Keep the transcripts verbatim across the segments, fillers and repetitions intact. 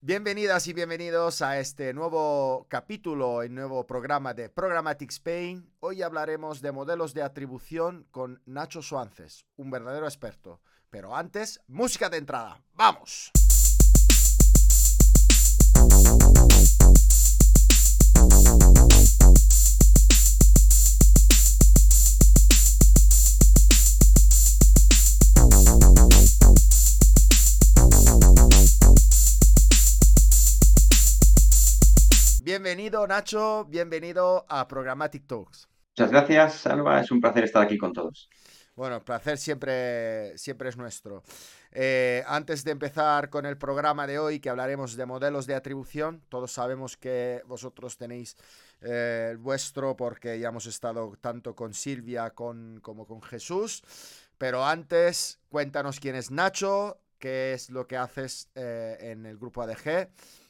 Bienvenidas y bienvenidos a este nuevo capítulo y nuevo programa de Programmatic Spain. Hoy hablaremos de modelos de atribución con Nacho Suances, un verdadero experto. Pero antes, música de entrada. ¡Vamos! Bienvenido, Nacho. Bienvenido a Programmatic Talks. Muchas gracias, Alba. Es un placer estar aquí con todos. Bueno, el placer siempre, siempre es nuestro. Eh, antes de empezar con el programa de hoy, que hablaremos de modelos de atribución, todos sabemos que vosotros tenéis eh, el vuestro porque ya hemos estado tanto con Silvia con, como con Jesús. Pero antes, cuéntanos quién es Nacho, qué es lo que haces eh, en el grupo A D G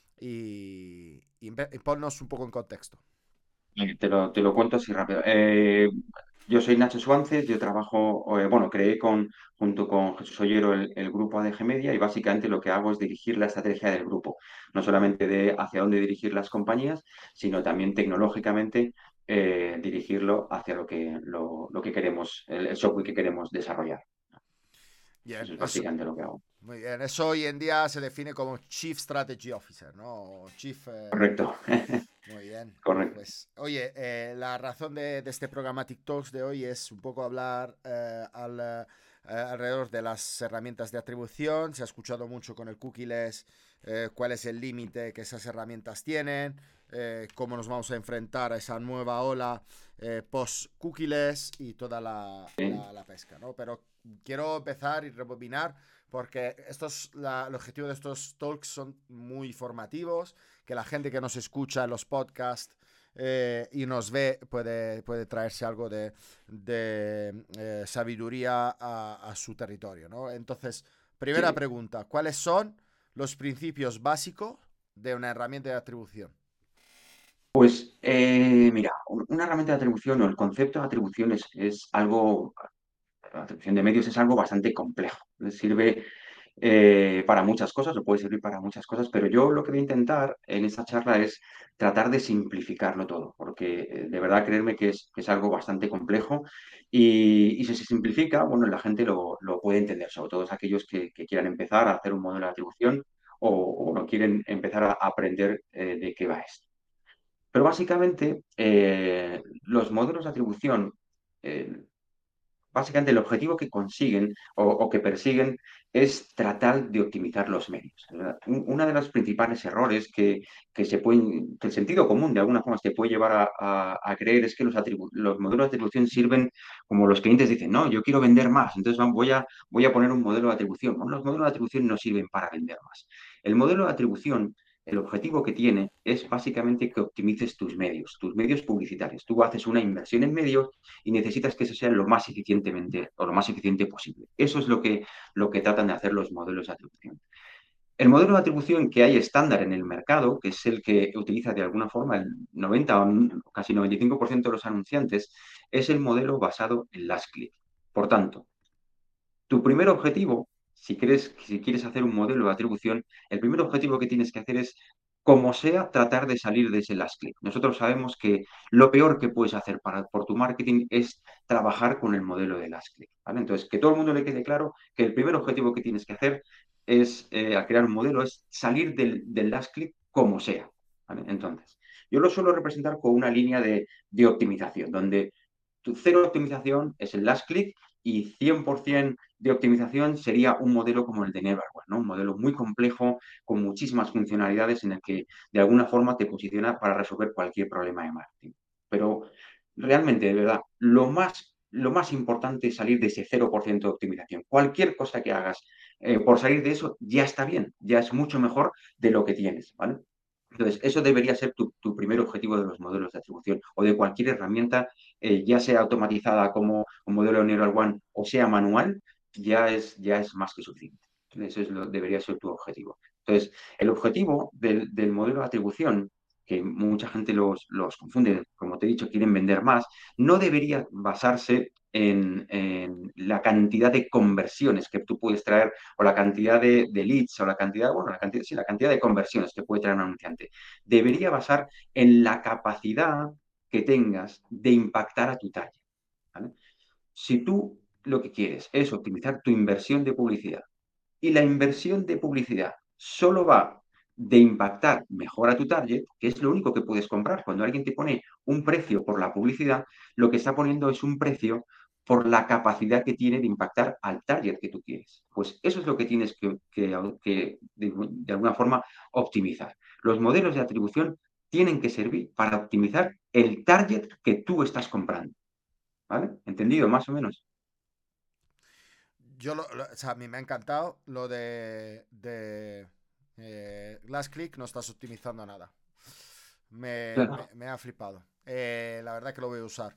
y, y, y ponnos un poco en contexto. Eh, Te lo, te lo cuento así rápido. Eh, yo soy Nacho Suárez, yo trabajo, eh, bueno, creé con, junto con Jesús Ollero el, el grupo A D G Media y básicamente lo que hago es dirigir la estrategia del grupo, no solamente de hacia dónde dirigir las compañías, sino también tecnológicamente eh, dirigirlo hacia lo que, lo, lo que queremos, el, el software que queremos desarrollar. Bien, Eso es eso, básicamente lo que hago. muy bien, eso hoy en día se define como Chief Strategy Officer, ¿no? O Chief... eh, Correcto, Muy bien. correcto. Pues, oye, eh, la razón de, de este programa TikToks de hoy es un poco hablar eh, al, eh, alrededor de las herramientas de atribución. Se ha escuchado mucho con el cookieless, eh, cuál es el límite que esas herramientas tienen, eh, cómo nos vamos a enfrentar a esa nueva ola eh, post-cookieless y toda la, Sí. la, la pesca, ¿no? Pero quiero empezar y rebobinar porque estos, la, el objetivo de estos talks son muy formativos, que la gente que nos escucha en los podcasts eh, y nos ve puede, puede traerse algo de, de eh, sabiduría a, a, su territorio, ¿no? Entonces, primera Sí. pregunta, ¿cuáles son los principios básicos de una herramienta de atribución? Pues eh, mira, un- una herramienta de atribución o el concepto de atribución es, es algo, la atribución de medios es algo bastante complejo. Sirve eh, para muchas cosas, o puede servir para muchas cosas, pero yo lo que voy a intentar en esta charla es tratar de simplificarlo todo, porque eh, de verdad creerme que es, que es algo bastante complejo y, y si se simplifica, bueno, la gente lo, lo puede entender, sobre todo aquellos que, que quieran empezar a hacer un modelo de atribución o, o no quieren empezar a aprender eh, de qué va esto. Pero básicamente, eh, los modelos de atribución, eh, básicamente el objetivo que consiguen o, o que persiguen es tratar de optimizar los medios, ¿verdad? Un- Uno de los principales errores que, que se pueden, que el sentido común de alguna forma se puede llevar a, a- a creer es que los, atribu- los modelos de atribución sirven como los clientes dicen, no, yo quiero vender más, entonces vam- voy a, voy a poner un modelo de atribución. Bueno, los modelos de atribución no sirven para vender más. El modelo de atribución, el objetivo que tiene es básicamente que optimices tus medios, tus medios publicitarios. Tú haces una inversión en medios y necesitas que eso sea lo más eficientemente o lo más eficiente posible. Eso es lo que, lo que tratan de hacer los modelos de atribución. El modelo de atribución que hay estándar en el mercado, que es el que utiliza de alguna forma el noventa o casi noventa y cinco por ciento de los anunciantes, es el modelo basado en last click. Por tanto, tu primer objetivo, si quieres, si quieres hacer un modelo de atribución, el primer objetivo que tienes que hacer es, como sea, tratar de salir de ese last click. Nosotros sabemos que lo peor que puedes hacer para, por tu marketing es trabajar con el modelo de last click, ¿vale? Entonces, que todo el mundo le quede claro que el primer objetivo que tienes que hacer es, eh, al crear un modelo, es salir del, del last click como sea, ¿vale? Entonces, yo lo suelo representar con una línea de, de optimización, donde tu cero optimización es el last click y cien por ciento de optimización sería un modelo como el de Neverware, ¿no? Un modelo muy complejo, con muchísimas funcionalidades en el que de alguna forma te posiciona para resolver cualquier problema de marketing. Pero realmente, de verdad, lo más, lo más importante es salir de ese cero por ciento de optimización. Cualquier cosa que hagas eh, por salir de eso ya está bien, ya es mucho mejor de lo que tienes, ¿vale? Entonces, eso debería ser tu, tu primer objetivo de los modelos de atribución o de cualquier herramienta, eh, ya sea automatizada como un modelo de Neural One o sea manual, ya es, ya es más que suficiente. Eso es lo, debería ser tu objetivo. Entonces, el objetivo del, del modelo de atribución, que mucha gente los, los confunde, como te he dicho, quieren vender más, no debería basarse. en, en la cantidad de conversiones que tú puedes traer o la cantidad de, de leads o la cantidad, bueno, la cantidad, sí, la cantidad de conversiones que puede traer un anunciante. Debería basar en la capacidad que tengas de impactar a tu target, ¿vale? Si tú lo que quieres es optimizar tu inversión de publicidad y la inversión de publicidad solo va de impactar mejor a tu target, que es lo único que puedes comprar. Cuando alguien te pone un precio por la publicidad, lo que está poniendo es un precio por la capacidad que tiene de impactar al target que tú quieres. Pues eso es lo que tienes que, que, que de, de alguna forma optimizar. Los modelos de atribución tienen que servir para optimizar el target que tú estás comprando. ¿Vale? ¿Entendido? Más o menos. Yo, lo, lo, o sea, a mí me ha encantado lo de, de eh, Last Click, no estás optimizando nada. Me, me, Claro. me ha flipado. Eh, la verdad que lo voy a usar.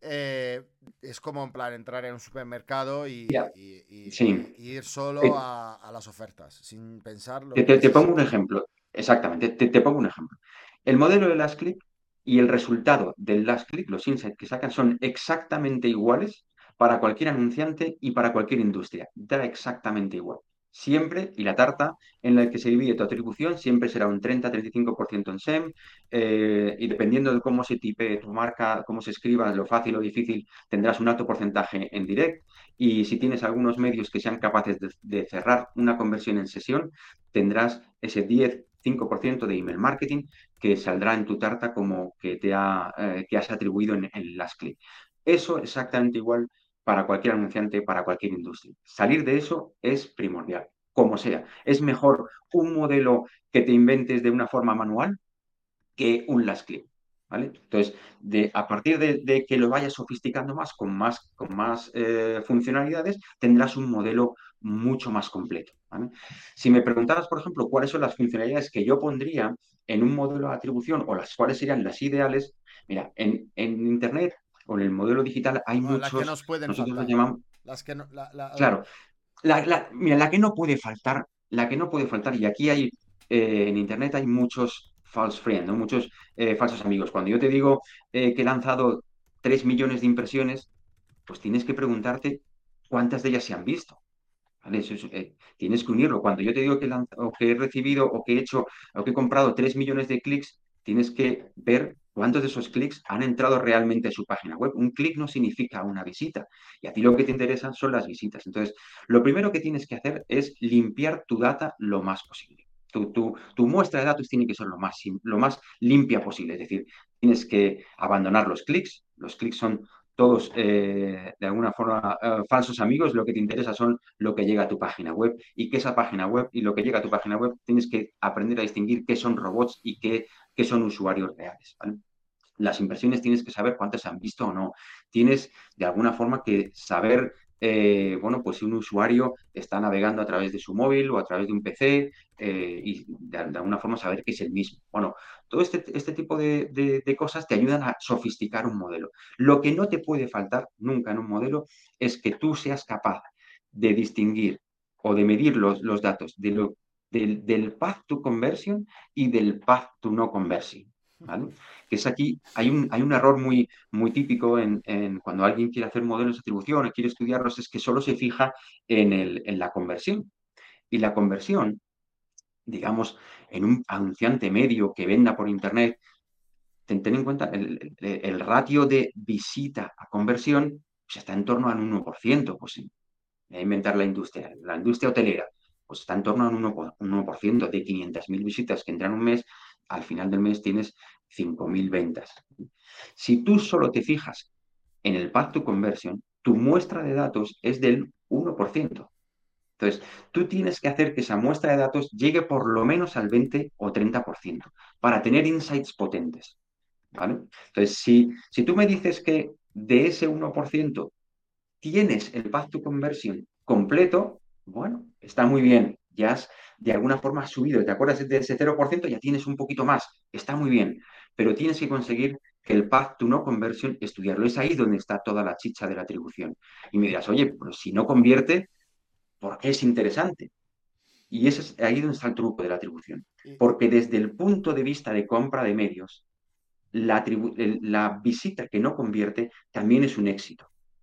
Eh, es como en plan entrar en un supermercado y, Mira, y, y, sí. y ir solo Eh, a, a, las ofertas, sin pensar lo Te, que te- te pongo un necesitas. ejemplo. Exactamente, te, te pongo un ejemplo. El modelo de Last Click y el resultado del Last Click, los insights que sacan, son exactamente iguales para cualquier anunciante y para cualquier industria. Da exactamente igual. Siempre, y la tarta en la que se divide tu atribución siempre será un treinta a treinta y cinco por ciento en S E M, eh, y dependiendo de cómo se tipee tu marca, cómo se escriba, lo fácil o difícil, tendrás un alto porcentaje en direct. Y si tienes algunos medios que sean capaces de, de cerrar una conversión en sesión, tendrás ese diez cinco por ciento de email marketing que saldrá en tu tarta como que, te ha, eh, que has atribuido en, en las clics. Eso exactamente igual para cualquier anunciante, para cualquier industria. Salir de eso es primordial, como sea. Es mejor un modelo que te inventes de una forma manual que un last click. ¿Vale? Entonces, de, a partir de, de, que lo vayas sofisticando más, con más, con más eh, funcionalidades, tendrás un modelo mucho más completo. ¿Vale? Si me preguntaras, por ejemplo, cuáles son las funcionalidades que yo pondría en un modelo de atribución o las cuáles serían las ideales, mira, en, en Internet o en el modelo digital hay Bueno, las que muchos, nos pueden nosotros los faltar. llamamos, Las que no, la, la, claro, la, la, mira, la que no puede faltar, la que no puede faltar, y aquí hay, eh, en Internet hay muchos false friends, ¿no? Muchos eh, falsos amigos. Cuando yo te digo eh, que he lanzado tres millones de impresiones, pues tienes que preguntarte cuántas de ellas se han visto. ¿Vale? Eso es, eh, tienes que unirlo. Cuando yo te digo que, lanz- o que he recibido o que he hecho o que he comprado tres millones de clics, tienes que ver cuántos de esos clics han entrado realmente a su página web. Un clic no significa una visita y a ti lo que te interesan son las visitas. Entonces, lo primero que tienes que hacer es limpiar tu data lo más posible. Tu, tu, tu muestra de datos tiene que ser lo más, lo más limpia posible. Es decir, tienes que abandonar los clics. Los clics son todos eh, de alguna forma eh, falsos amigos. Lo que te interesa son lo que llega a tu página web y que esa página web y lo que llega a tu página web tienes que aprender a distinguir qué son robots y qué, qué son usuarios reales. ¿Vale? Las impresiones tienes que saber cuántas se han visto o no. Tienes de alguna forma que saber, eh, bueno, pues si un usuario está navegando a través de su móvil o a través de un P C, eh, y de, de, alguna forma saber que es el mismo. Bueno, todo este, este tipo de, de, de, cosas te ayudan a sofisticar un modelo. Lo que no te puede faltar nunca en un modelo es que tú seas capaz de distinguir o de medir los, los datos de lo, del, del path to conversion y del path to no conversion. ¿Vale? Que es aquí, hay un, hay un error muy, muy típico en, en cuando alguien quiere hacer modelos de atribución o quiere estudiarlos, es que solo se fija en, el, en la conversión. Y la conversión, digamos, en un anunciante medio que venda por Internet, ten, ten en cuenta, el, el, el, ratio de visita a conversión pues, está en torno al uno por ciento. Pues voy a inventar la industria, la industria hotelera, pues está en torno al uno por ciento de quinientas mil visitas que entran un mes, al final del mes tienes cinco mil ventas. Si tú solo te fijas en el path to conversion, tu muestra de datos es del uno por ciento. Entonces, tú tienes que hacer que esa muestra de datos llegue por lo menos al veinte o treinta por ciento para tener insights potentes. ¿Vale? Entonces, si, si tú me dices que de ese uno por ciento tienes el path to conversion completo, bueno, está muy bien. Ya has de alguna forma subido. ¿Te acuerdas de ese cero por ciento? Ya tienes un poquito más. Está muy bien. Pero tienes que conseguir que el path to no conversion, estudiarlo. Es ahí donde está toda la chicha de la atribución. Y me dirás, oye, pero si no convierte, ¿por qué es interesante? Y ese es ahí donde está el truco de la atribución. y, Porque desde el punto de vista de compra de medios, la, la visita que no convierte también es un éxito.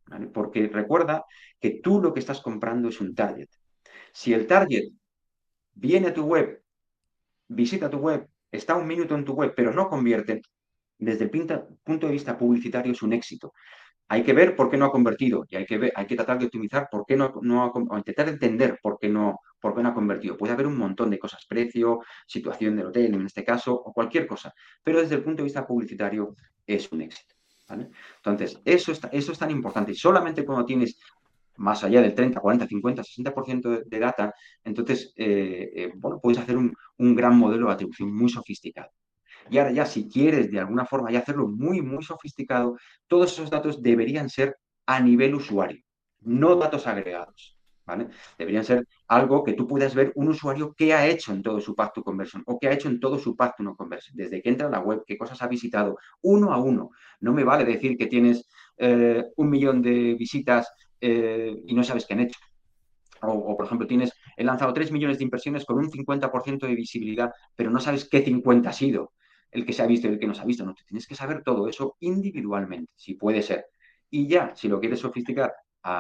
¿vale? Porque recuerda que tú lo que estás comprando es un target. Si el target viene a tu web, visita tu web, está un minuto en tu web, pero no convierte, desde el punto de vista publicitario es un éxito. Hay que ver por qué no ha convertido y hay que, ver, hay que tratar de optimizar por qué no, no ha, o intentar entender por qué, no, por qué no ha convertido. Puede haber un montón de cosas, precio, situación del hotel en este caso, o cualquier cosa, pero desde el punto de vista publicitario es un éxito. ¿Vale? Entonces, eso, está, eso es tan importante. Y solamente cuando tienes más allá del treinta, cuarenta, cincuenta, sesenta por ciento de, de data, entonces, eh, eh, bueno, puedes hacer un, un gran modelo de atribución muy sofisticado. Y ahora ya, si quieres de alguna forma ya hacerlo muy, muy sofisticado, todos esos datos deberían ser a nivel usuario, no datos agregados. ¿Vale? Deberían ser algo que tú puedas ver un usuario qué ha hecho en todo su path to conversion o qué ha hecho en todo su path to no conversion, desde que entra a la web, qué cosas ha visitado, uno a uno. No me vale decir que tienes eh, un millón de visitas eh, y no sabes qué han hecho. O, o, por ejemplo, tienes, he lanzado tres millones de impresiones con un cincuenta por ciento de visibilidad, pero no sabes qué cincuenta ha sido el que se ha visto y el que no se ha visto. No, tienes que saber todo eso individualmente, si puede ser. Y ya, si lo quieres sofisticar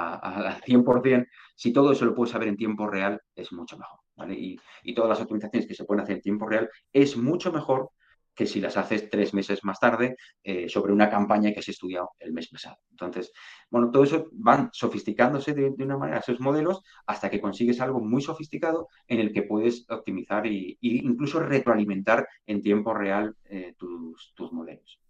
al cien por ciento, si todo eso lo puedes saber en tiempo real, es mucho mejor. ¿Vale? Y, y todas las optimizaciones que se pueden hacer en tiempo real es mucho mejor que si las haces tres meses más tarde eh, sobre una campaña que has estudiado el mes pasado. Entonces, bueno, todo eso van sofisticándose de, de una manera esos modelos hasta que consigues algo muy sofisticado en el que puedes optimizar e incluso retroalimentar en tiempo real eh, tus, tus modelos.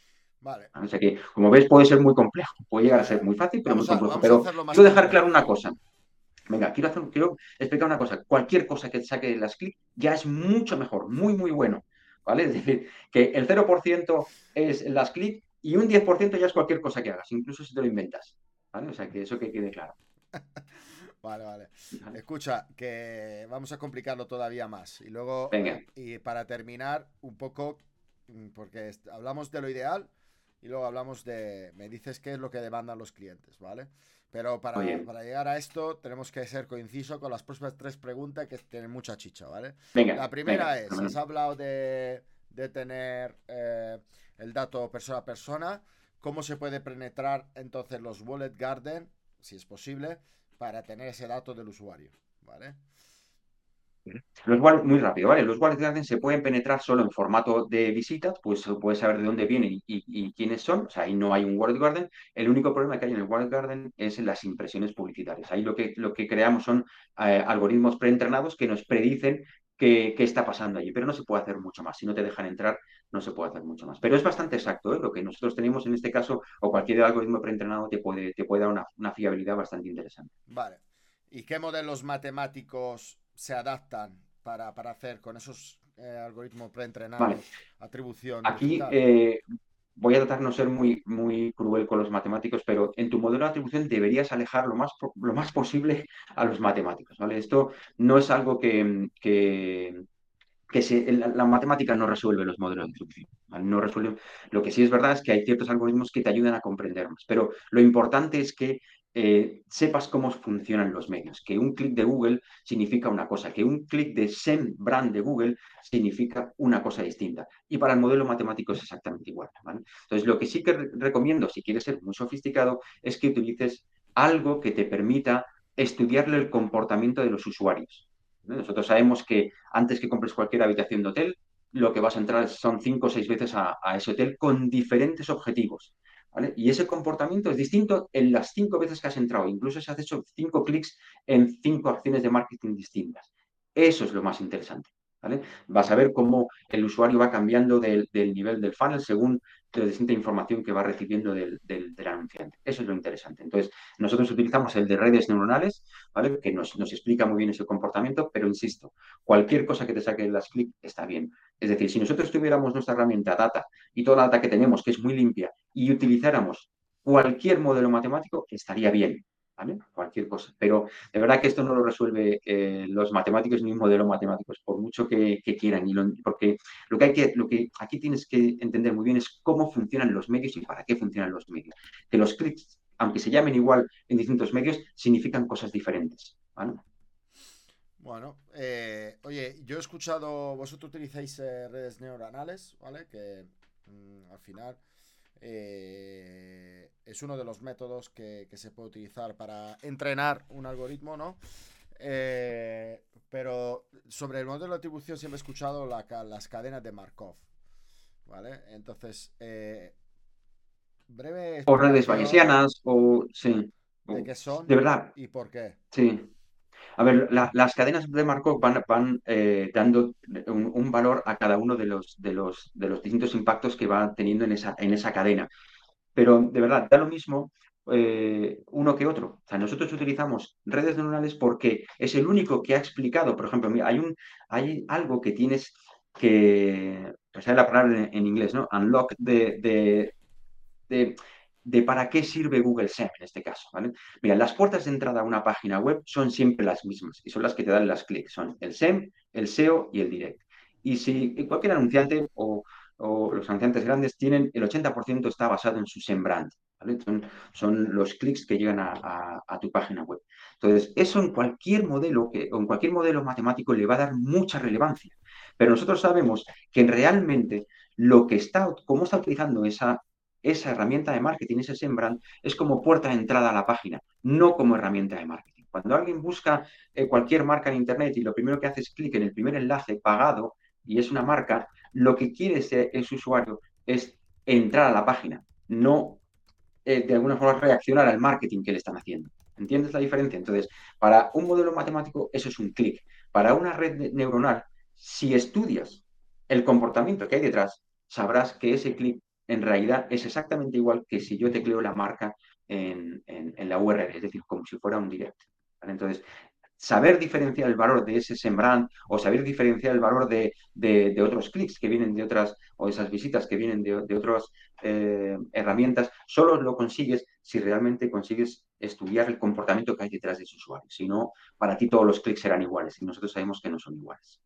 Vale. O sea que, como ves, puede ser muy complejo. Puede llegar a ser Eh, muy fácil, pero muy vamos a, complejo. vamos a Pero hacerlo más quiero dejar complejo. claro una cosa. Venga, quiero, hacer, quiero explicar una cosa. Cualquier cosa que saque de las clics ya es mucho mejor, muy, muy bueno. ¿Vale? Es decir, que el cero por ciento es las clics y un diez por ciento ya es cualquier cosa que hagas, incluso si te lo inventas. ¿Vale? O sea, que eso que quede claro. Vale, vale. ¿Vale? Escucha, que vamos a complicarlo todavía más. Y luego, Venga, eh, y para terminar, un poco, mm, porque est- hablamos de lo ideal y luego hablamos de, me dices qué es lo que demandan los clientes, ¿vale? Pero muy para, bien. para llegar a esto tenemos que ser conciso con las próximas tres preguntas que tienen mucha chicha, ¿vale? Venga, La venga. primera es, has Fenomenal. hablado de, de tener eh, el dato persona a persona. ¿Cómo se puede penetrar entonces los Wallet Garden, si es posible, para tener ese dato del usuario? ¿Vale? Los wallets, muy rápido, ¿vale? Los wallets Garden se pueden penetrar solo en formato de visitas, pues puedes saber de dónde vienen y, y, y quiénes son. O sea, ahí no hay un Wallet Garden. El único problema que hay en el Wallet Garden es en las impresiones publicitarias. Ahí lo que, lo que creamos son eh, algoritmos preentrenados que nos predicen qué, qué está pasando allí, pero no se puede hacer mucho más. Si no te dejan entrar, no se puede hacer mucho más. Pero es bastante exacto, ¿eh? Lo que nosotros tenemos en este caso, o cualquier algoritmo preentrenado, te puede, te puede dar una, una fiabilidad bastante interesante. Vale. ¿Y qué modelos matemáticos se adaptan para, para hacer con esos eh, algoritmos Vale, preentrenados atribución aquí digital? eh, voy a tratar de no ser muy, muy cruel con los matemáticos, pero en tu modelo de atribución deberías alejar lo más, po- lo más posible a los matemáticos, ¿vale? Esto no es algo que, que, que se, la, la matemática no resuelve los modelos de atribución, ¿vale? No resuelve. Lo que sí es verdad es que hay ciertos algoritmos que te ayudan a comprender más, pero lo importante es que eh, sepas cómo funcionan los medios, que un clic de Google significa una cosa, que un clic de SEMrush de Google significa una cosa distinta. Y para el modelo matemático es exactamente igual, ¿vale? Entonces, lo que sí que re recomiendo, si quieres ser muy sofisticado, es que utilices algo que te permita estudiarle el comportamiento de los usuarios. Nosotros sabemos que antes que compres cualquier habitación de hotel, lo que vas a entrar son cinco o seis veces a, a ese hotel con diferentes objetivos. ¿Vale? Y ese comportamiento es distinto en las cinco veces que has entrado. Incluso si has hecho cinco clics en cinco acciones de marketing distintas. Eso es lo más interesante. ¿Vale? Vas a ver cómo el usuario va cambiando del, del nivel del funnel según la distinta información que va recibiendo del, del, del, anunciante. Eso es lo interesante. Entonces, nosotros utilizamos el de redes neuronales, ¿vale? Que nos, nos explica muy bien ese comportamiento, pero insisto, cualquier cosa que te saque de las clics está bien. Es decir, si nosotros tuviéramos nuestra herramienta data y toda la data que tenemos, que es muy limpia, y utilizáramos cualquier modelo matemático, estaría bien. ¿Vale? Cualquier cosa. Pero de verdad que esto no lo resuelve eh, los matemáticos ni un modelo matemático, por mucho que, que quieran. Y lo, porque lo que, hay que, lo que aquí tienes que entender muy bien es cómo funcionan los medios y para qué funcionan los medios. Que los clics, aunque se llamen igual en distintos medios, significan cosas diferentes. ¿Vale? Bueno, eh, oye, yo he escuchado, vosotros utilizáis eh, redes neuronales, ¿vale? Que mm, al final Eh, es uno de los métodos que, que se puede utilizar para entrenar un algoritmo, ¿no? Eh, pero sobre el modelo de atribución siempre he escuchado la, las cadenas de Markov, ¿vale? Entonces, eh, breve O redes explicación bayesianas, o sí, o, de qué de son verdad, y por qué. sí. A ver, la- las cadenas de Markov van, van eh, dando un, un valor a cada uno de los, de los, de los distintos impactos que va teniendo en esa, en esa cadena. Pero de verdad, da lo mismo eh, uno que otro. O sea, nosotros utilizamos redes neuronales porque es el único que ha explicado, por ejemplo, mira, hay un, hay algo que tienes que, o sea, la palabra en, en inglés, ¿no? Unlock de, de, de, de para qué sirve Google S E M en este caso, ¿vale? Mira, las puertas de entrada a una página web son siempre las mismas y son las que te dan las clics. Son el S E M, el S E O y el Direct. Y si cualquier anunciante o, o los anunciantes grandes tienen, el ochenta por ciento está basado en su SEM brand, ¿vale? Son, son los clics que llegan a, a, a, tu página web. Entonces, eso en cualquier modelo, que, en cualquier modelo matemático le va a dar mucha relevancia. Pero nosotros sabemos que realmente lo que está, cómo está utilizando esa, esa herramienta de marketing, ese SEMbrand, es como puerta de entrada a la página, no como herramienta de marketing. Cuando alguien busca eh, cualquier marca en Internet y lo primero que hace es clic en el primer enlace pagado y es una marca, lo que quiere ese, ese usuario es entrar a la página, no eh, de alguna forma reaccionar al marketing que le están haciendo. ¿Entiendes la diferencia? Entonces, para un modelo matemático eso es un clic. Para una red neuronal, si estudias el comportamiento que hay detrás, sabrás que ese clic en realidad es exactamente igual que si yo tecleo la marca en, en, en la U R L, es decir, como si fuera un direct. ¿Vale? Entonces, saber diferenciar el valor de ese SEMbrand o saber diferenciar el valor de, de, de otros clics que vienen de otras, o esas visitas que vienen de, de otras eh, herramientas, solo lo consigues si realmente consigues estudiar el comportamiento que hay detrás de ese usuario. Si no, para ti todos los clics serán iguales y nosotros sabemos que no son iguales.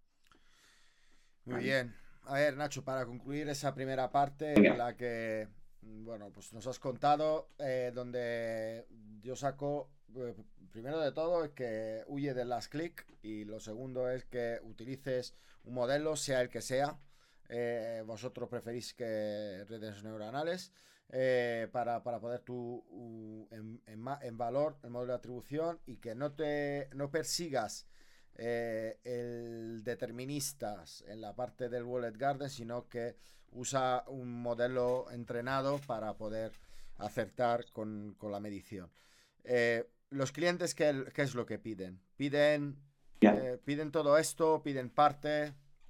Muy ¿Vale? bien. A ver, Nacho, para concluir esa primera parte en Venga. la que, mm, bueno, pues nos has contado, eh, donde yo saco, eh, primero de todo, es que huye de las clic y lo segundo es que utilices un modelo, sea el que sea. Eh, vosotros preferís que redes neuronales, eh, para, para poner tu u- en, en ma- en valor el modelo de atribución y que no te no persigas eh, el deterministas en la parte del Wallet Garden, sino que usa un modelo entrenado para poder acertar con, con la medición. Eh, los clientes, ¿qué, ¿qué, es lo que piden? Piden, Ya. eh, piden todo esto, piden parte.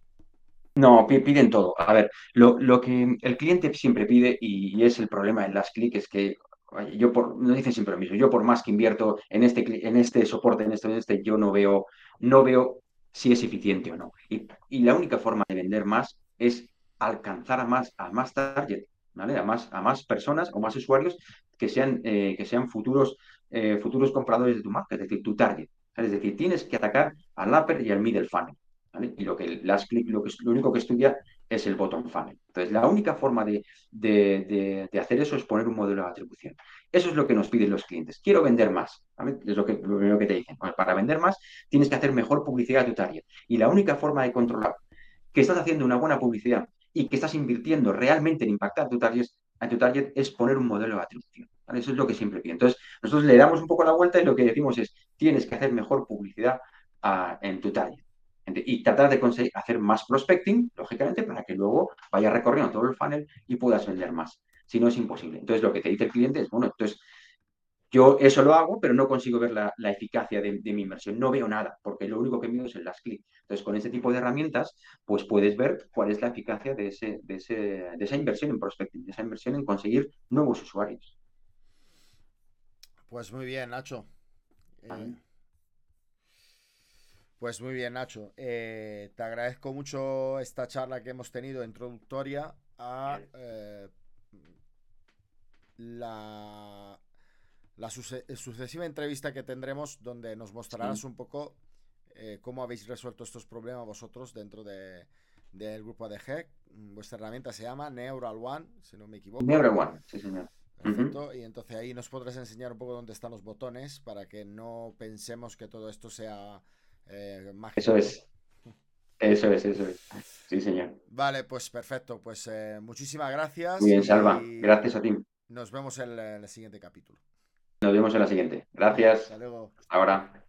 No, piden todo. A ver, lo, lo que el cliente siempre pide, y, y es el problema en las clics, es que oye, yo por, no dicen siempre lo mismo, yo por más que invierto en este, en este soporte, en este, en este, yo no veo, no veo si es eficiente o no. Y, y la única forma de vender más es alcanzar a más, a más target, ¿vale? A más, a más personas o más usuarios que sean, eh, que sean futuros, eh, futuros compradores de tu marca, es decir, tu target. Es decir, tienes que atacar al upper y al middle funnel. ¿Vale? Y lo que Last Click lo, que, lo único que estudia es el bottom funnel. Entonces, la única forma de, de, de, de, hacer eso es poner un modelo de atribución. Eso es lo que nos piden los clientes. Quiero vender más. ¿Vale? Es lo, que, lo primero que te dicen. Bueno, para vender más tienes que hacer mejor publicidad a tu target. Y la única forma de controlar que estás haciendo una buena publicidad y que estás invirtiendo realmente en impactar a tu target, a tu target es poner un modelo de atribución. ¿Vale? Eso es lo que siempre piden. Entonces, nosotros le damos un poco la vuelta y lo que decimos es, tienes que hacer mejor publicidad a, en tu target y tratar de conseguir hacer más prospecting, lógicamente, para que luego vaya recorriendo todo el funnel y puedas vender más. Si no, es imposible. Entonces, lo que te dice el cliente es, bueno, entonces yo eso lo hago, pero no consigo ver la, la eficacia de, de, mi inversión. No veo nada, porque lo único que mido es el last click. Entonces, con ese tipo de herramientas, pues puedes ver cuál es la eficacia de, ese, de, ese, de esa inversión en prospecting, de esa inversión en conseguir nuevos usuarios. Pues muy bien, Nacho. Eh, ¿Vale? pues muy bien, Nacho. Eh, te agradezco mucho esta charla que hemos tenido introductoria a eh, la, la sucesiva entrevista que tendremos, donde nos mostrarás Sí. un poco eh, cómo habéis resuelto estos problemas vosotros dentro de, del grupo de G E C. Vuestra herramienta se llama Neural One, si no me equivoco. Neural One, sí, señor. Uh -huh. Perfecto, y entonces ahí nos podrás enseñar un poco dónde están los botones para que no pensemos que todo esto sea eh, Eso magia, ¿no? es, eso es, eso es. Sí, señor. Vale, pues perfecto. Pues eh, muchísimas Muy gracias bien, Salva. y Gracias a ti. nos vemos en el en el siguiente capítulo. Nos vemos en la siguiente. Hasta Gracias. luego. Hasta ahora.